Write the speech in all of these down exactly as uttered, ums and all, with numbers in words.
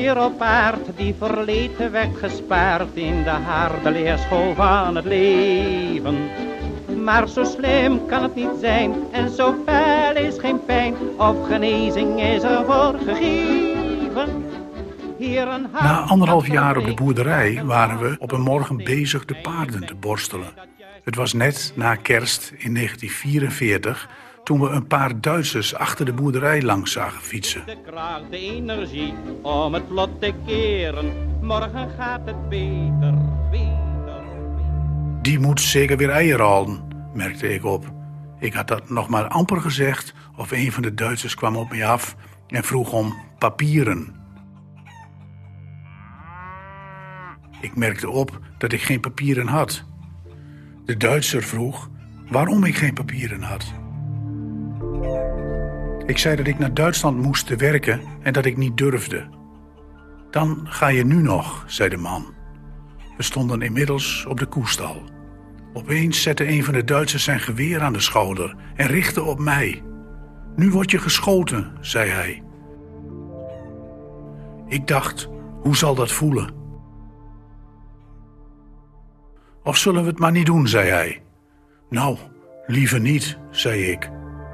officier op paard die verleden werd gespaard in de harde leerschool van het leven. Maar zo slim kan het niet zijn en zo fel is geen pijn of genezing is ervoor gegeven. Hier een Na anderhalf jaar op de boerderij waren we op een morgen bezig de paarden te borstelen. Het was net na kerst in negentien vierenveertig toen we een paar Duitsers achter de boerderij langs zagen fietsen. De kracht, de energie om het vlot te keren. Morgen gaat het beter, beter. Die moet zeker weer eieren halen, merkte ik op. Ik had dat nog maar amper gezegd of een van de Duitsers kwam op mij af en vroeg om papieren. Ik merkte op dat ik geen papieren had. De Duitser vroeg waarom ik geen papieren had. Ik zei dat ik naar Duitsland moest te werken en dat ik niet durfde. Dan ga je nu nog, zei de man. We stonden inmiddels op de koestal. Opeens zette een van de Duitsers zijn geweer aan de schouder en richtte op mij. Nu word je geschoten, zei hij. Ik dacht, hoe zal dat voelen? Of zullen we het maar niet doen, zei hij. Nou, liever niet, zei ik.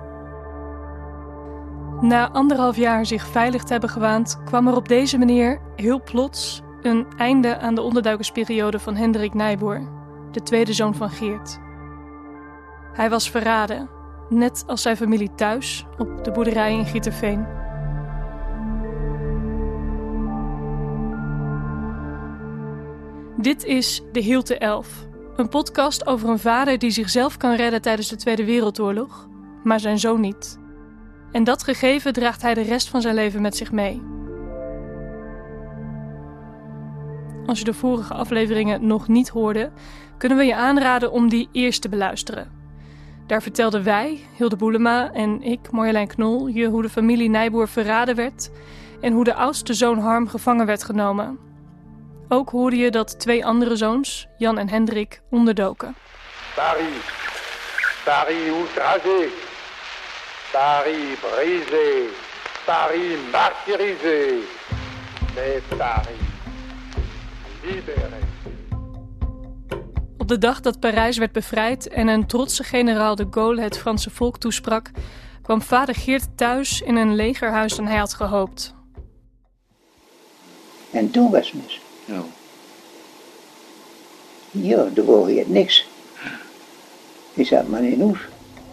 Na anderhalf jaar zich veilig te hebben gewaand, kwam er op deze manier heel plots een einde aan de onderduikersperiode van Hendrik Nijboer, de tweede zoon van Geert. Hij was verraden, net als zijn familie thuis op de boerderij in Gieterveen. Dit is De Hilte Elf, een podcast over een vader die zichzelf kan redden tijdens de Tweede Wereldoorlog, maar zijn zoon niet. En dat gegeven draagt hij de rest van zijn leven met zich mee. Als je de vorige afleveringen nog niet hoorde, kunnen we je aanraden om die eerst te beluisteren. Daar vertelden wij, Hilde Boelema en ik, Marjolein Knol, je hoe de familie Nijboer verraden werd en hoe de oudste zoon Harm gevangen werd genomen. Ook hoorde je dat twee andere zoons, Jan en Hendrik, onderdoken. Paris, Paris outragé, Paris brisé, Paris martyrisé, mais Paris libéré. Op de dag dat Parijs werd bevrijd en een trotse generaal de Gaulle het Franse volk toesprak, kwam vader Geert thuis in een legerhuis dan hij had gehoopt. En toen was het mis. Ja. Ja, toen wou je het niks. Je zat maar in huis.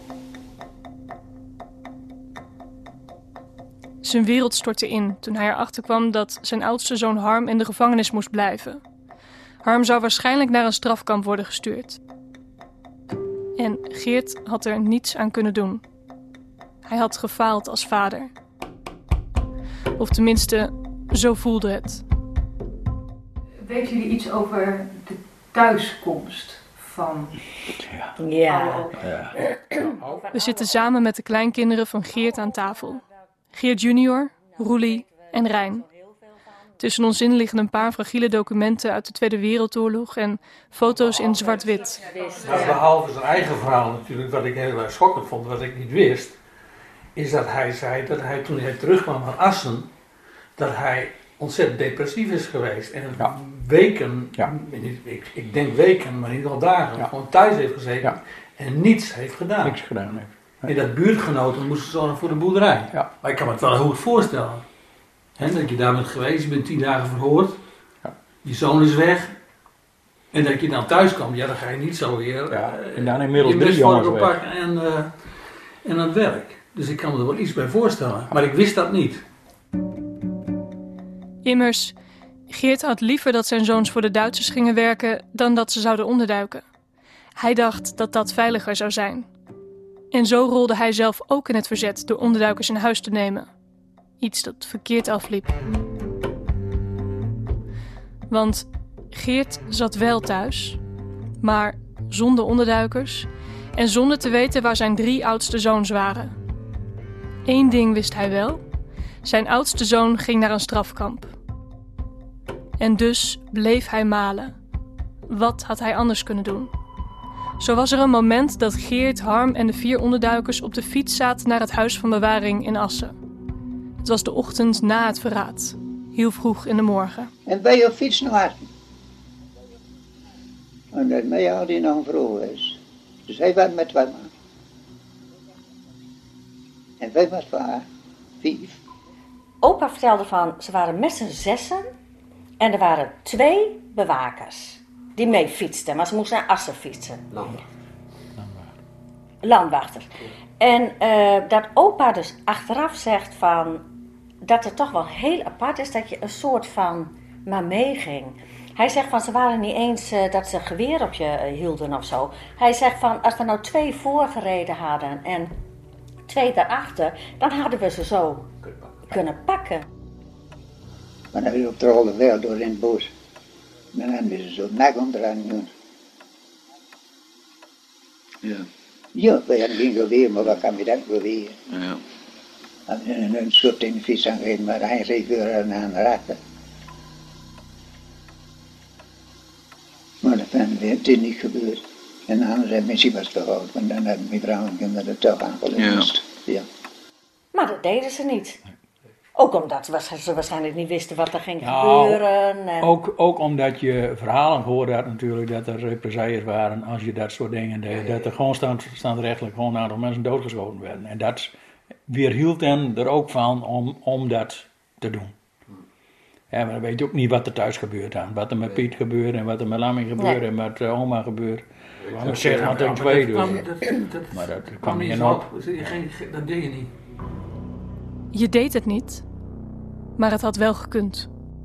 Zijn wereld stortte in toen hij erachter kwam dat zijn oudste zoon Harm in de gevangenis moest blijven. Harm zou waarschijnlijk naar een strafkamp worden gestuurd. En Geert had er niets aan kunnen doen. Hij had gefaald als vader. Of tenminste, zo voelde het. Weten jullie iets over de thuiskomst van... Ja. Ja. Ja. We zitten samen met de kleinkinderen van Geert aan tafel. Geert junior, Roelie en Rijn. Tussen ons in liggen een paar fragiele documenten uit de Tweede Wereldoorlog en foto's in zwart-wit. Nou, behalve zijn eigen verhaal natuurlijk, wat ik heel erg schokkend vond, wat ik niet wist, is dat hij zei dat hij toen hij terugkwam van Assen, dat hij ontzettend depressief is geweest. En Ja. weken, Ja. ik, ik denk weken, maar niet al dagen, Ja. gewoon thuis heeft gezeten Ja. en niets heeft gedaan. Niks gedaan heeft. En dat buurtgenoten moesten zorgen voor de boerderij. Ja. Maar ik kan me het wel heel goed voorstellen. He, dat je daar bent geweest, je bent tien dagen verhoord, Ja. je zoon is weg. En dat je dan thuis komt, ja dan ga je niet zo weer Ja, uh, en dan inmiddels je drie mesvork jongens weg. oppakken en, uh, en aan het werk. Dus ik kan me er wel iets bij voorstellen. Maar ik wist dat niet. Immers, Geert had liever dat zijn zoons voor de Duitsers gingen werken dan dat ze zouden onderduiken. Hij dacht dat dat veiliger zou zijn. En zo rolde hij zelf ook in het verzet door onderduikers in huis te nemen. Iets dat verkeerd afliep. Want Geert zat wel thuis, maar zonder onderduikers en zonder te weten waar zijn drie oudste zoons waren. Eén ding wist hij wel: zijn oudste zoon ging naar een strafkamp. En dus bleef hij malen. Wat had hij anders kunnen doen? Zo was er een moment dat Geert, Harm en de vier onderduikers op de fiets zaten naar het huis van bewaring in Assen. Het was de ochtend na het verraad. heel vroeg in de morgen. En wij op fiets naar Assen. En dat mij had hij nog een vrouw is. Dus hij was met twee man. En wij met waar? Vijf. Opa vertelde van, ze waren met z'n zessen en er waren twee bewakers die mee fietsten, maar ze moesten naar Assen fietsen. Landwachter. Landwachter. En uh, dat opa dus achteraf zegt van, dat het toch wel heel apart is dat je een soort van maar meeging. Hij zegt van, ze waren niet eens uh, dat ze geweer op je uh, hielden of zo. Hij zegt van, als we nou twee voorgereden hadden en twee daarachter, dan hadden we ze zo kunnen pakken. Maar dan weer op de rolle wel door in het bos. Dan hebben we ze zo nek onderaan doen. Ja. Ja, we hadden geen geweer, maar wat kan we dat geweer? Ja. En een, een schot in de fiets aangereden, maar hij reed weer aan de achter. Maar dat het is niet gebeurd. En anders hebben we misschien was gehouden, want dan hebben mijn vrouw en kinderen er toch aangelegd. Ja. Ja. Maar dat deden ze niet. Ook omdat ze waarschijnlijk niet wisten wat er ging nou, gebeuren. En... Ook, ook omdat je verhalen gehoord had natuurlijk dat er represailles waren als je dat soort dingen deed. Dat er gewoon stand, standrechtelijk gewoon een aantal mensen doodgeschoten werden. En dat weerhield hen er ook van om, om dat te doen. Ja, maar dan weet je ook niet wat er thuis gebeurt aan. Wat er met Piet gebeurt en wat er met Lamming gebeurt nee. en met uh, oma gebeurt. Dat zegt maar ten twee dus. Maar dat kwam niet in op. Dat deed je niet. Je deed het niet, maar het had wel gekund.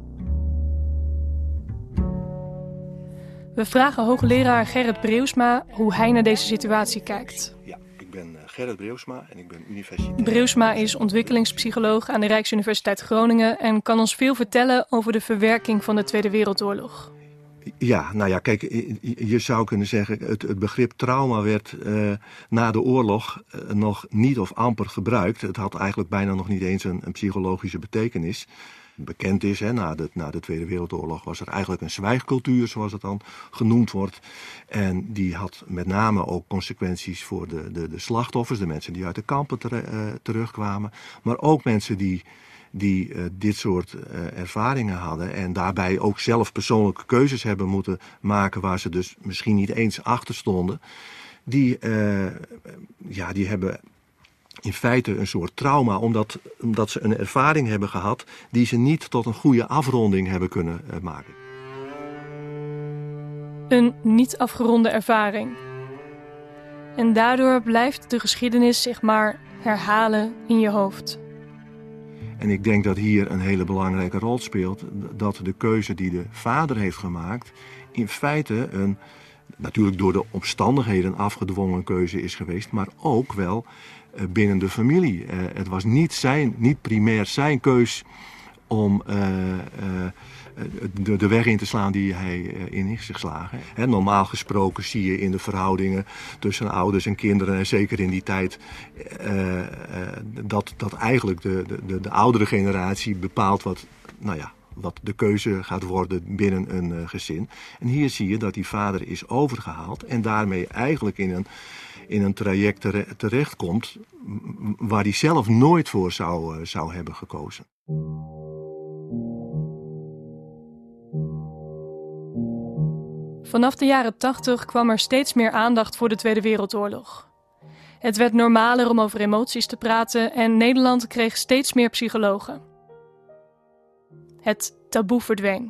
We vragen hoogleraar Gerrit Breusma hoe hij naar deze situatie kijkt. Ja, ik ben Gerrit Breusma en ik ben universitair. Breusma is ontwikkelingspsycholoog aan de Rijksuniversiteit Groningen en kan ons veel vertellen over de verwerking van de Tweede Wereldoorlog. Ja, nou ja, kijk, je zou kunnen zeggen, het, het begrip trauma werd uh, na de oorlog uh, nog niet of amper gebruikt. Het had eigenlijk bijna nog niet eens een, een psychologische betekenis. Bekend is, hè, na, de, na de Tweede Wereldoorlog was er eigenlijk een zwijgcultuur, zoals het dan genoemd wordt. En die had met name ook consequenties voor de, de, de slachtoffers, de mensen die uit de kampen ter, uh, terugkwamen. Maar ook mensen die... die uh, dit soort uh, ervaringen hadden en daarbij ook zelf persoonlijke keuzes hebben moeten maken waar ze dus misschien niet eens achter stonden, die, uh, ja, die hebben in feite een soort trauma omdat, omdat ze een ervaring hebben gehad die ze niet tot een goede afronding hebben kunnen uh, maken. Een niet afgeronde ervaring. En daardoor blijft de geschiedenis zich maar herhalen in je hoofd. En ik denk dat hier een hele belangrijke rol speelt dat de keuze die de vader heeft gemaakt in feite een, natuurlijk door de omstandigheden afgedwongen keuze is geweest, maar ook wel binnen de familie. Uh, het was niet, zijn, niet primair zijn keus om uh, uh, de, de weg in te slaan die hij uh, in is geslagen. He, normaal gesproken zie je in de verhoudingen tussen ouders en kinderen, en zeker in die tijd, uh, uh, dat, dat eigenlijk de, de, de oudere generatie bepaalt wat, nou ja, wat de keuze gaat worden binnen een uh, gezin. En hier zie je dat die vader is overgehaald en daarmee eigenlijk in een, in een traject tere, terechtkomt waar hij zelf nooit voor zou, uh, zou hebben gekozen. Vanaf de jaren tachtig kwam er steeds meer aandacht voor de Tweede Wereldoorlog. Het werd normaler om over emoties te praten en Nederland kreeg steeds meer psychologen. Het taboe verdween.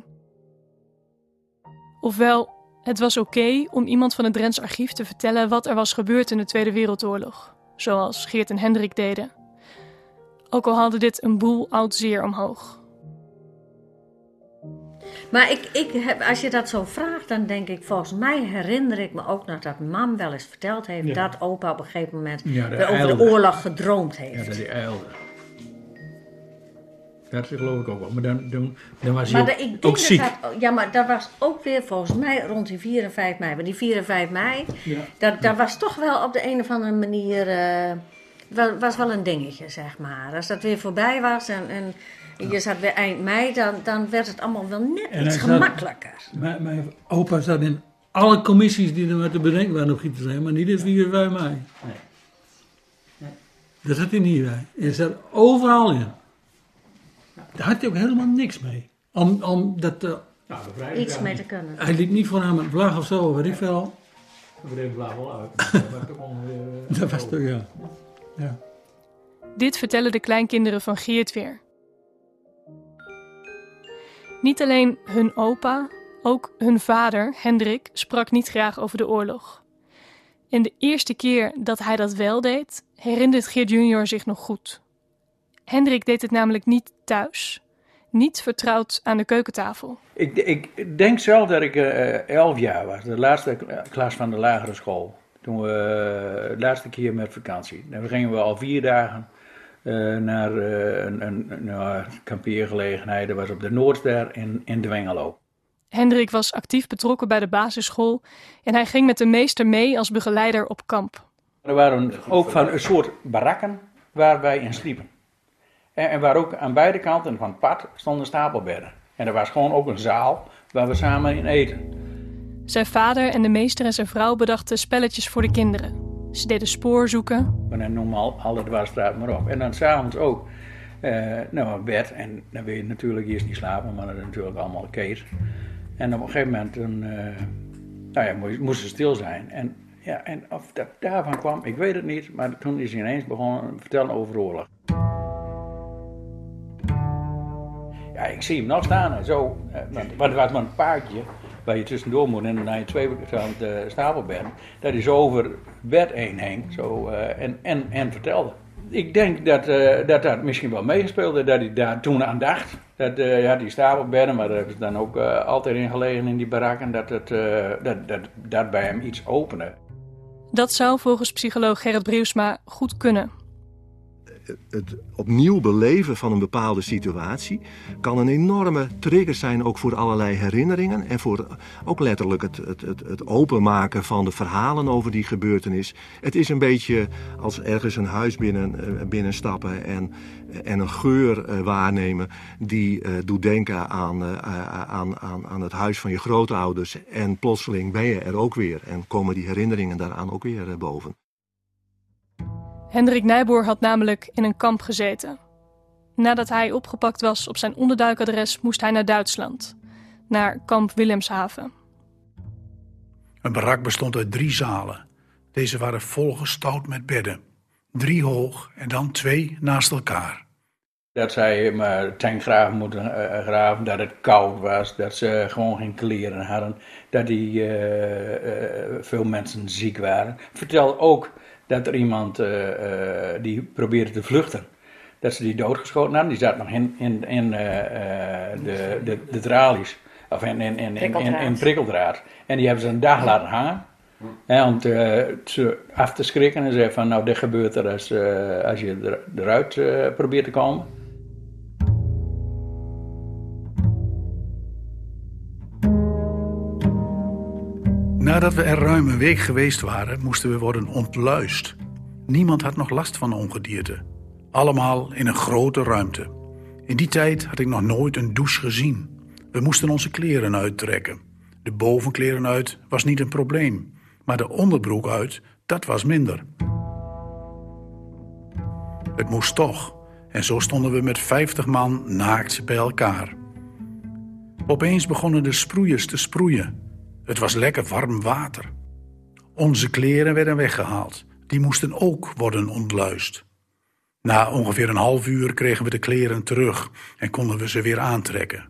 Ofwel, het was oké okay om iemand van het Drents Archief te vertellen wat er was gebeurd in de Tweede Wereldoorlog, zoals Geert en Hendrik deden. Ook al haalde dit een boel oud zeer omhoog. Maar ik, ik heb, als je dat zo vraagt, dan denk ik, volgens mij herinner ik me ook nog dat mam wel eens verteld heeft, ja, dat opa op een gegeven moment ja, over de oorlog gedroomd heeft. Ja, dat hij eilde. Dat geloof ik ook wel. Maar dan, dan, dan was maar hij ook, de, ik denk ook ziek. Dat, ja, maar dat was ook weer volgens mij rond die vier en vijf mei. Maar die vier en vijf mei, ja, dat, dat was toch wel op de een of andere manier, uh, was, was wel een dingetje, zeg maar. Als dat weer voorbij was en... en je zat weer eind mei, dan, dan werd het allemaal wel net en iets gemakkelijker. Zat, mijn, mijn opa zat in alle commissies die er maar te bedenken waren op Gieten zijn, maar niet in vier en vijf mei. Nee. Nee. Daar zat hij niet bij. Hij zat overal in. Daar had hij ook helemaal niks mee. Om, om dat, uh, nou, iets mee te kunnen. Hij liep niet voor hem een vlag of zo, weet ik veel. We deden de vlag wel uit. Dat was toch ongeveer... Uh, dat was toch, ja. ja. Dit vertellen de kleinkinderen van Geert weer. Niet alleen hun opa, ook hun vader, Hendrik, sprak niet graag over de oorlog. En de eerste keer dat hij dat wel deed, herinnert Geert junior zich nog goed. Hendrik deed het namelijk niet thuis. Niet vertrouwd aan de keukentafel. Ik, ik denk zelf dat ik uh, elf jaar was, de laatste klas van de lagere school. Toen we uh, de laatste keer met vakantie. Dan gingen we al vier dagen uh, naar uh, een, een, een uh, kampeergelegenheid. Dat was op de Noordster in, in Dwingelo. Hendrik was actief betrokken bij de basisschool en hij ging met de meester mee als begeleider op kamp. Er waren ook van een soort barakken waar wij in sliepen. En, en waar ook aan beide kanten van het pad stonden stapelbedden. En er was gewoon ook een zaal waar we samen in eten. Zijn vader en de meester en zijn vrouw bedachten spelletjes voor de kinderen. Ze deden spoor zoeken. Maar dan noemen we al, alle dwarsstraat maar op. En dan s'avonds ook uh, nou, een bed. En dan wil je natuurlijk eerst niet slapen, maar dat is natuurlijk allemaal kees. En op een gegeven moment dan, uh, nou ja, moest ze stil zijn. En, ja, en of dat daarvan kwam, ik weet het niet. Maar toen is hij ineens begonnen te vertellen over oorlog. Ja, ik zie hem nog staan en zo. Want het was maar een paardje waar je tussendoor moet en dan naar je twee uh, stapelbedden. Dat hij zo over het bed heen hing zo, uh, en, en, en vertelde. Ik denk dat, uh, dat dat misschien wel meegespeeld heeft, dat hij daar toen aan dacht. Dat uh, je had die stapelbedden, maar daar hebben ze dan ook uh, altijd in gelegen in die barakken, dat, het, uh, dat, dat, dat bij hem iets opende. Dat zou volgens psycholoog Gerrit Brielsma goed kunnen. Het opnieuw beleven van een bepaalde situatie kan een enorme trigger zijn ook voor allerlei herinneringen en voor ook letterlijk het, het, het, het openmaken van de verhalen over die gebeurtenis. Het is een beetje als ergens een huis binnen, binnenstappen en, en een geur uh, waarnemen die uh, doet denken aan, uh, aan, aan, aan het huis van je grootouders en plotseling ben je er ook weer en komen die herinneringen daaraan ook weer uh, boven. Hendrik Nijboer had namelijk in een kamp gezeten. Nadat hij opgepakt was op zijn onderduikadres moest hij naar Duitsland. Naar kamp Wilhelmshaven. Een barak bestond uit drie zalen. Deze waren volgestouwd met bedden. Drie hoog en dan twee naast elkaar. Dat zij maar tankgraven moeten uh, graven, dat het koud was, dat ze gewoon geen kleren hadden. Dat die, uh, uh, veel mensen ziek waren. Vertel ook dat er iemand uh, uh, die probeerde te vluchten, dat ze die doodgeschoten hadden. Die zat nog in, in, in uh, de, de, de tralies, of in, in, in, in, in, in prikkeldraad. En die hebben ze een dag laten hangen, hè, om te, te, af te schrikken en zeggen van nou dit gebeurt er als, uh, als je er, eruit uh, probeert te komen. Nadat we er ruim een week geweest waren, moesten we worden ontluist. Niemand had nog last van ongedierte. Allemaal in een grote ruimte. In die tijd had ik nog nooit een douche gezien. We moesten onze kleren uittrekken. De bovenkleren uit was niet een probleem. Maar de onderbroek uit, dat was minder. Het moest toch. En zo stonden we met vijftig man naakt bij elkaar. Opeens begonnen de sproeiers te sproeien. Het was lekker warm water. Onze kleren werden weggehaald. Die moesten ook worden ontluist. Na ongeveer een half uur kregen we de kleren terug en konden we ze weer aantrekken.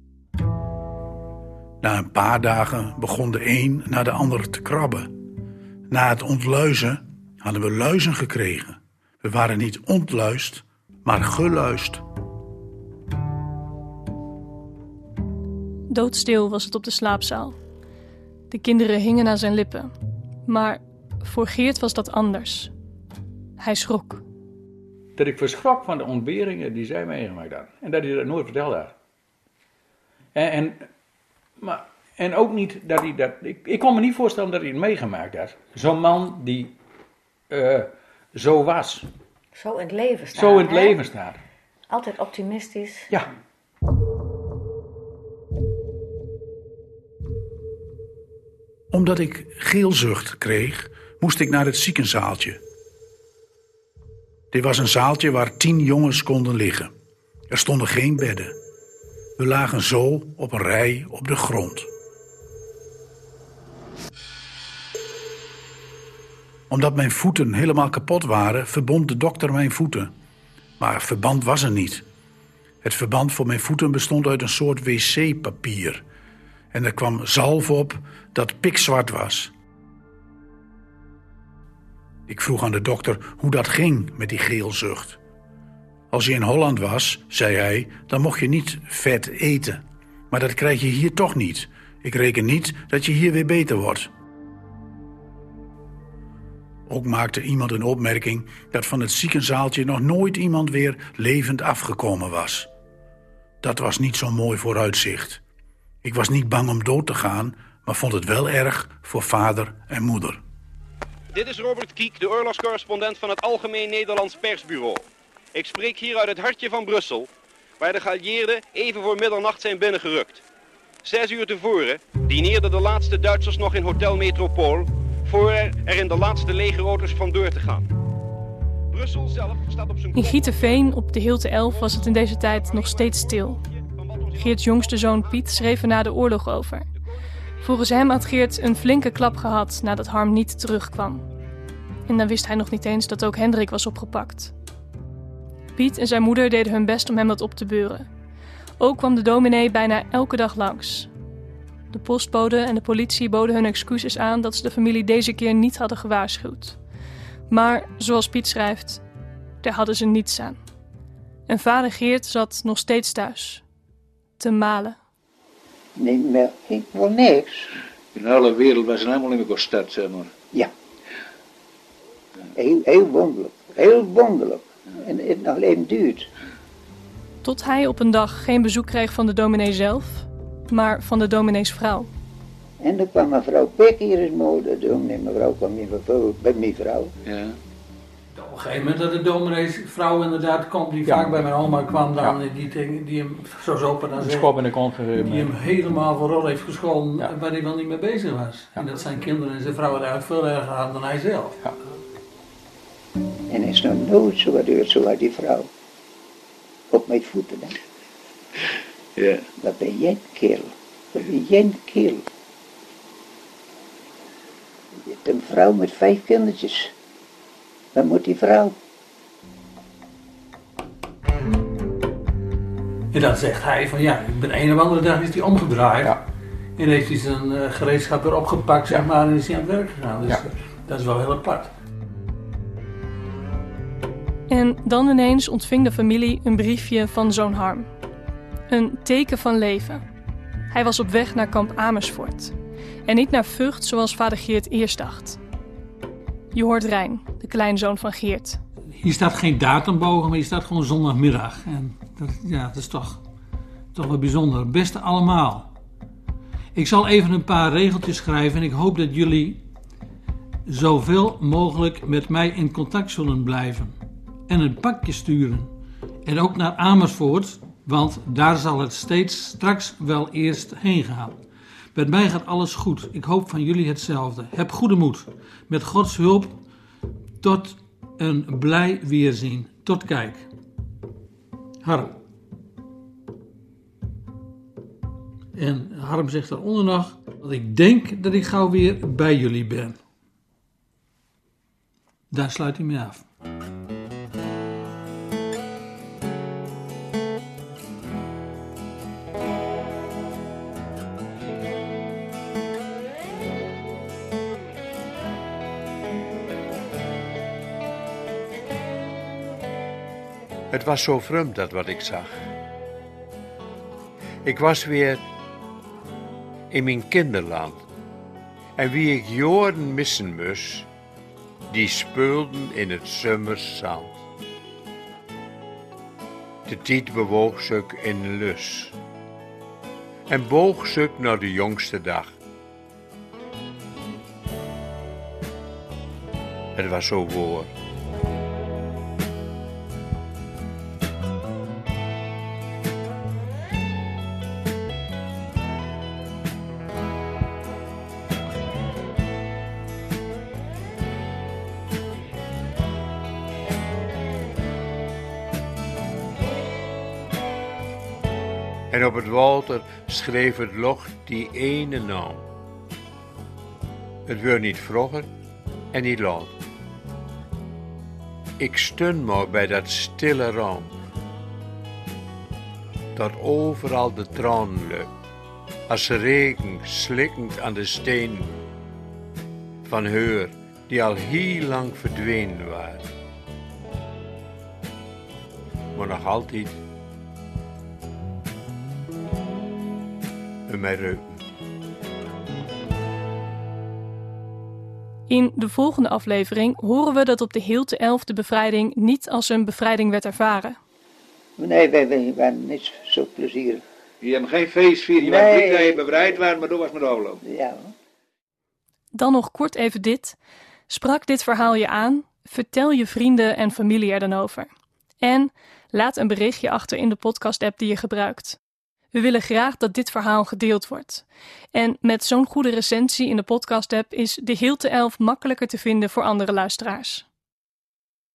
Na een paar dagen begon de een na de ander te krabben. Na het ontluizen hadden we luizen gekregen. We waren niet ontluist, maar geluist. Doodstil was het op de slaapzaal. De kinderen hingen aan zijn lippen. Maar voor Geert was dat anders. Hij schrok. Dat ik verschrok van de ontberingen die zij meegemaakt had. En dat hij dat nooit verteld had. En, en, maar, en ook niet dat hij dat... Ik, ik kon me niet voorstellen dat hij het meegemaakt had. Zo'n man die uh, zo was. Zo in het leven staat. Zo in het hè? leven staat. Altijd optimistisch. Ja. Omdat ik geelzucht kreeg, moest ik naar het ziekenzaaltje. Dit was een zaaltje waar tien jongens konden liggen. Er stonden geen bedden. We lagen zo op een rij op de grond. Omdat mijn voeten helemaal kapot waren, verbond de dokter mijn voeten. Maar verband was er niet. Het verband voor mijn voeten bestond uit een soort wc-papier. En er kwam zalf op dat pikzwart was. Ik vroeg aan de dokter hoe dat ging met die geelzucht. Als je in Holland was, zei hij, dan mocht je niet vet eten. Maar dat krijg je hier toch niet. Ik reken niet dat je hier weer beter wordt. Ook maakte iemand een opmerking dat van het ziekenzaaltje nog nooit iemand weer levend afgekomen was. Dat was niet zo'n mooi vooruitzicht. Ik was niet bang om dood te gaan, maar vond het wel erg voor vader en moeder. Dit is Robert Kiek, de oorlogscorrespondent van het Algemeen Nederlands Persbureau. Ik spreek hier uit het hartje van Brussel, waar de geallieerden even voor middernacht zijn binnengerukt. Zes uur tevoren dineerden de laatste Duitsers nog in Hotel Metropool, voor er in de laatste legerauto's vandoor te gaan. Brussel zelf staat op zijn... In Gieterveen op de Hilte elf was het in deze tijd nog steeds stil. Geerts jongste zoon Piet schreef er na de oorlog over. Volgens hem had Geert een flinke klap gehad nadat Harm niet terugkwam. En dan wist hij nog niet eens dat ook Hendrik was opgepakt. Piet en zijn moeder deden hun best om hem wat op te beuren. Ook kwam de dominee bijna elke dag langs. De postbode en de politie boden hun excuses aan dat ze de familie deze keer niet hadden gewaarschuwd. Maar, zoals Piet schrijft, daar hadden ze niets aan. En vader Geert zat nog steeds thuis. Te malen. Nee, maar ik wil niks. In de hele wereld was ze helemaal niet meer gestart, zeg maar. Ja. Heel, heel wonderlijk. Heel wonderlijk. En het nog alleen duurt. Tot hij op een dag geen bezoek kreeg van de dominee zelf, maar van de dominees vrouw. En dan kwam mevrouw Pek hier eens moeder doen. En mevrouw kwam hier bij mijn vrouw. Ja. Op een gegeven moment dat de dominees vrouw inderdaad komt, die Ja. vaak bij mijn oma kwam dan, Ja. die, die, die hem, zoals opa dan Een zegt, schop in de kont gegeven. die hem helemaal voor rol heeft gescholden, Ja. waar hij wel niet mee bezig was. Ja. En dat zijn kinderen en zijn vrouwen eigenlijk veel erger hadden dan hij zelf. Ja. En is nog nooit zo gebeurd zoals die vrouw. Op mijn voeten, hè. Ja. Dat ben jij een kerel. Dat ben jij een kerel. Je hebt een vrouw met vijf kindertjes. Wat moet die vrouw? En dan zegt hij van ja, ik ben een of andere dag is hij omgedraaid. Ja. En heeft hij zijn uh, gereedschap weer opgepakt, zeg maar, en is hij aan het werk gegaan. Dus Ja. uh, dat is wel heel apart. En dan ineens ontving de familie een briefje van zoon Harm. Een teken van leven. Hij was op weg naar kamp Amersfoort. En niet naar Vught zoals vader Geert eerst dacht. Je hoort Rijn, de kleinzoon van Geert. Hier staat geen datum boven, maar hier staat gewoon zondagmiddag. En dat, ja, dat is toch, toch wel bijzonder. Beste allemaal. Ik zal even een paar regeltjes schrijven en ik hoop dat jullie zoveel mogelijk met mij in contact zullen blijven. En een pakje sturen. En ook naar Amersfoort, want daar zal het steeds straks wel eerst heen gaan. Met mij gaat alles goed. Ik hoop van jullie hetzelfde. Heb goede moed. Met Gods hulp tot een blij weerzien. Tot kijk. Harm. En Harm zegt daaronder nog dat ik denk dat ik gauw weer bij jullie ben. Daar sluit hij mee af. Het was zo vreemd dat wat ik zag. Ik was weer in mijn kinderland. En wie ik jaren missen moest, die speelden in het zomers zand. De tijd bewoog zich in lus. En boog zich naar de jongste dag. Het was zo woord. En op het water schreef het locht die ene naam. Het werd niet vroeger en niet laat. Ik stond maar bij dat stille raam. Dat overal de tranen lukt, als regen slikkend aan de stenen van haar die al heel lang verdwenen waren. Maar nog altijd in mijn reuken. In de volgende aflevering horen we dat op de Hilte elf de bevrijding niet als een bevrijding werd ervaren. Nee, wij, wij waren niet zo plezierig. Je hebt geen feest vieren, je Nee. was blij dat je bevrijd was, maar toen was het met afloop. Ja. Dan nog kort even dit. Sprak dit verhaal je aan? Vertel je vrienden en familie er dan over. En laat een berichtje achter in de podcast-app die je gebruikt. We willen graag dat dit verhaal gedeeld wordt. En met zo'n goede recensie in de podcast-app is de Hilte elf makkelijker te vinden voor andere luisteraars.